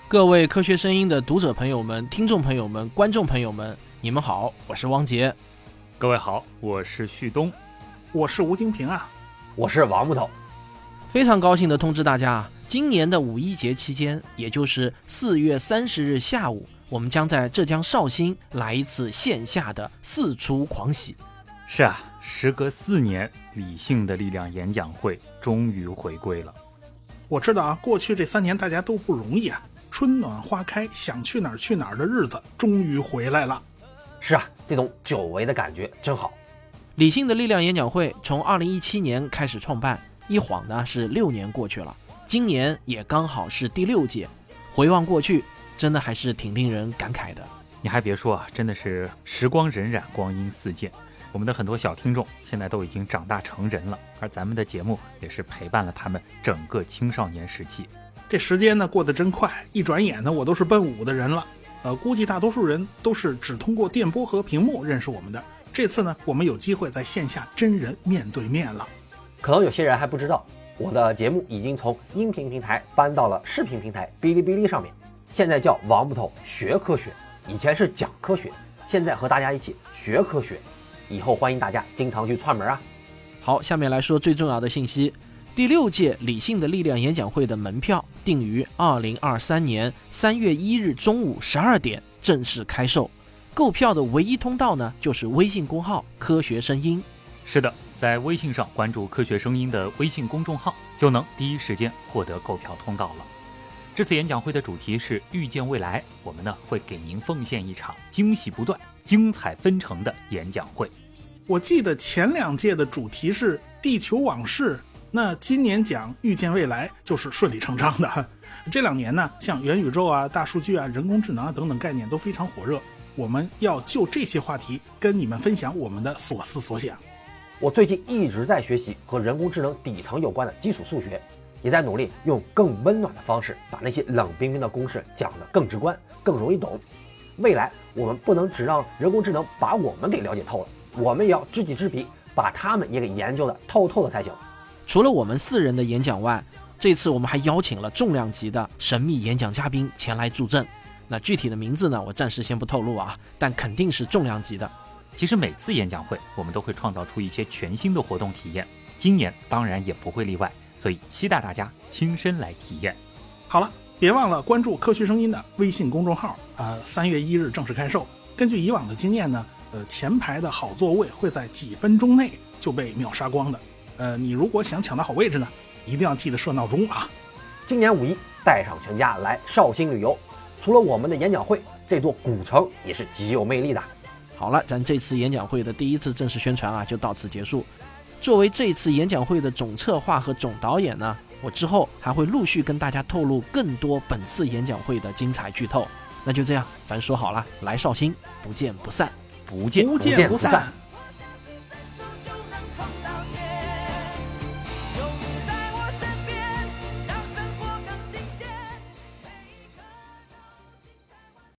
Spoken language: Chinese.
各位科学声音的读者朋友们、听众朋友们、观众朋友们，你们好，我是汪杰。 各位好，我是旭东。 我是吴金平啊。 我是王木头。 非常高兴的通知大家，今年的五一节期间，也就是4月30日下午，我们将在浙江绍兴来一次线下的四出狂喜。 是啊，时隔4年，理性的力量演讲会终于回归了。 我知道啊，过去这3年大家都不容易啊，春暖花开，想去哪儿去哪儿的日子终于回来了。 是啊，这种久违的感觉真好。 理性的力量演讲会从2017年开始创办，一晃呢是6年过去了，今年也刚好是第6届。回望过去，真的还是挺令人感慨的。 你还别说啊，真的是时光荏苒，光阴似箭。我们的很多小听众现在都已经长大成人了，而咱们的节目也是陪伴了他们整个青少年时期。 这时间呢过得真快，一转眼呢我都是奔5的人了。估计大多数人都是只通过电波和屏幕认识我们的。这次呢，我们有机会在线下真人面对面了。 可能有些人还不知道，我的节目已经从音频平台搬到了视频平台哔哩哔哩上面，现在叫王木头学科学，以前是讲科学，现在和大家一起学科学。以后欢迎大家经常去串门啊。 好，下面来说最重要的信息。第6届理性的力量演讲会的门票定于2023年3月1日中午12点正式开售。购票的唯一通道呢，就是微信公号科学声音。 是的，在微信上关注科学声音的微信公众号，就能第一时间获得购票通道了。这次演讲会的主题是预见未来，我们呢会给您奉献一场惊喜不断、精彩纷呈的演讲会。 我记得前2届的主题是地球往事，那今年讲预见未来就是顺理成章的。这2年呢，像元宇宙啊、大数据啊、人工智能啊等等概念都非常火热，我们要就这些话题跟你们分享我们的所思所想。 我最近一直在学习和人工智能底层有关的基础数学，也在努力用更温暖的方式把那些冷冰冰的公式讲得更直观、更容易懂。未来我们不能只让人工智能把我们给了解透了，我们也要知己知彼，把他们也给研究得透透的才行。 除了我们4人的演讲外，这次我们还邀请了重量级的神秘演讲嘉宾前来助阵。那具体的名字呢，我暂时先不透露啊，但肯定是重量级的。 其实每次演讲会我们都会创造出一些全新的活动体验，今年当然也不会例外，所以期待大家亲身来体验。 好了，别忘了关注科学声音的微信公众号，3月1日正式开售。根据以往的经验呢，前排的好座位会在几分钟内就被秒杀光的。你如果想抢到好位置呢，一定要记得设闹钟啊。 今年5一带上全家来绍兴旅游，除了我们的演讲会，这座古城也是极有魅力的。 好了，咱这次演讲会的第1次正式宣传啊，就到此结束。作为这次演讲会的总策划和总导演呢，我之后还会陆续跟大家透露更多本次演讲会的精彩剧透。那就这样，咱说好了，来绍兴不见不散， 不见不散。